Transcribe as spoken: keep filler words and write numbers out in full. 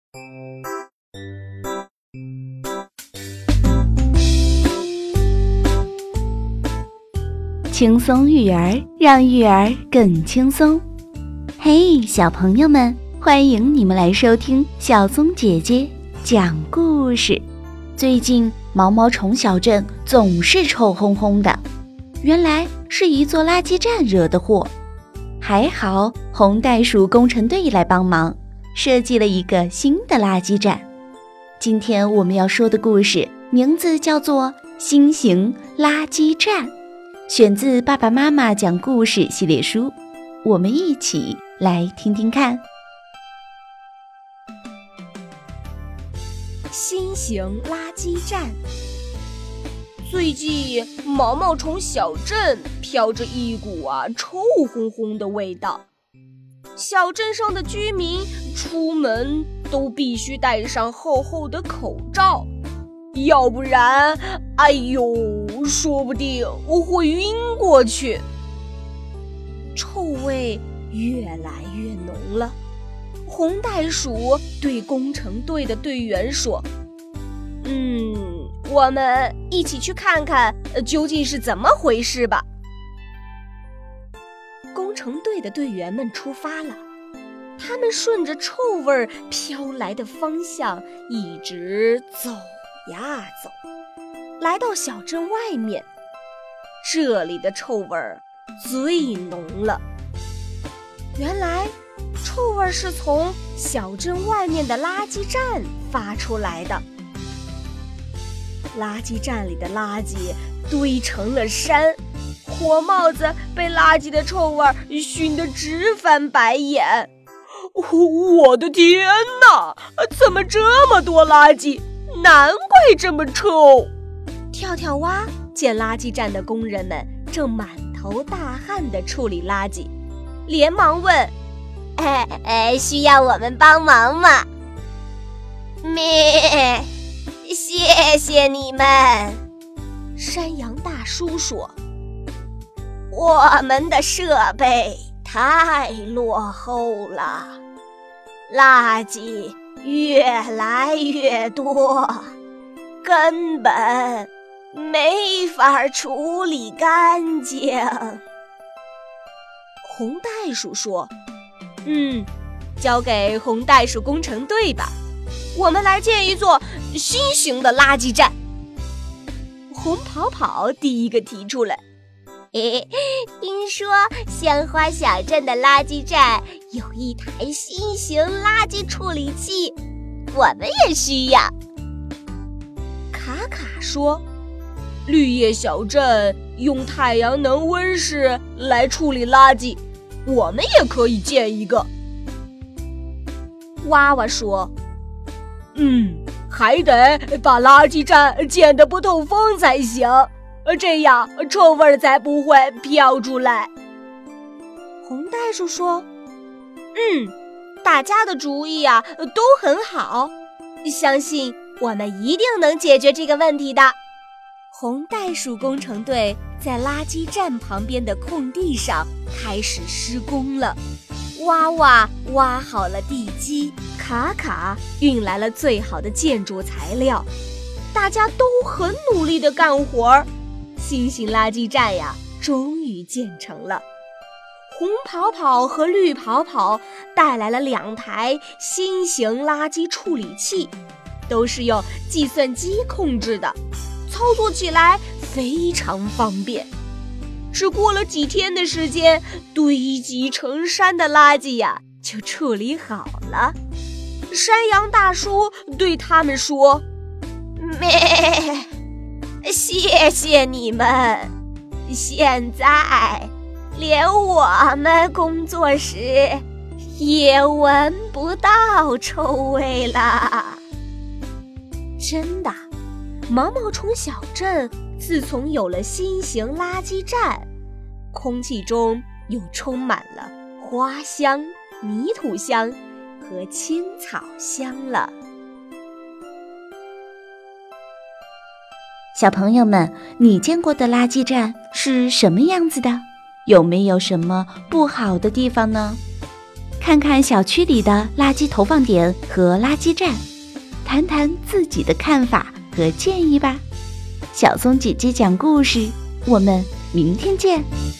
轻松育儿，让育儿更轻松。嘿，小朋友们，欢迎你们来收听小松姐姐讲故事。最近毛毛虫小镇总是臭烘烘的，原来是一座垃圾站惹的祸。还好红袋鼠工程队来帮忙，设计了一个新的垃圾站。今天我们要说的故事名字叫做《新型垃圾站》，选自爸爸妈妈讲故事系列书，我们一起来听听看。 新型垃圾站。最近毛毛虫小镇飘着一股啊臭烘烘的味道，小镇上的居民出门都必须戴上厚厚的口罩，要不然哎呦说不定我会晕过去。臭味越来越浓了，红袋鼠对工程队的队员说，嗯，我们一起去看看究竟是怎么回事吧。工程队的队员们出发了，他们顺着臭味飘来的方向一直走呀走，来到小镇外面，这里的臭味最浓了。原来臭味是从小镇外面的垃圾站发出来的。垃圾站里的垃圾堆成了山，火帽子被垃圾的臭味熏得直翻白眼。我的天哪，怎么这么多垃圾？难怪这么臭！跳跳蛙见垃圾站的工人们正满头大汗地处理垃圾，连忙问：哎哎，需要我们帮忙吗？咩，谢谢你们。山羊大叔说，我们的设备太落后了，垃圾越来越多，根本没法处理干净。红袋鼠说，嗯，交给红袋鼠工程队吧，我们来建一座新型的垃圾站。红跑跑第一个提出来，诶，听说鲜花小镇的垃圾站有一台新型垃圾处理器，我们也需要。卡卡说，绿叶小镇用太阳能温室来处理垃圾，我们也可以建一个。娃娃说，嗯，还得把垃圾站建得不透风才行，这样臭味才不会飘出来。红袋鼠说，嗯，大家的主意啊都很好，相信我们一定能解决这个问题的。红袋鼠工程队在垃圾站旁边的空地上开始施工了。娃娃挖好了地基，卡卡运来了最好的建筑材料，大家都很努力地干活儿。新型垃圾站呀，终于建成了。红跑跑和绿跑跑带来了两台新型垃圾处理器，都是用计算机控制的，操作起来非常方便。只过了几天的时间，堆积成山的垃圾呀就处理好了。山羊大叔对他们说，咩，谢谢你们，现在连我们工作室也闻不到臭味了。真的，毛毛虫小镇自从有了新型垃圾站，空气中又充满了花香、泥土香和青草香了。 小朋友们，你见过的垃圾站是什么样子的？有没有什么不好的地方呢？看看看小区里的垃圾投放点和垃圾站，谈谈自己的看法和建议吧。小松姐姐讲故事，我们明天见。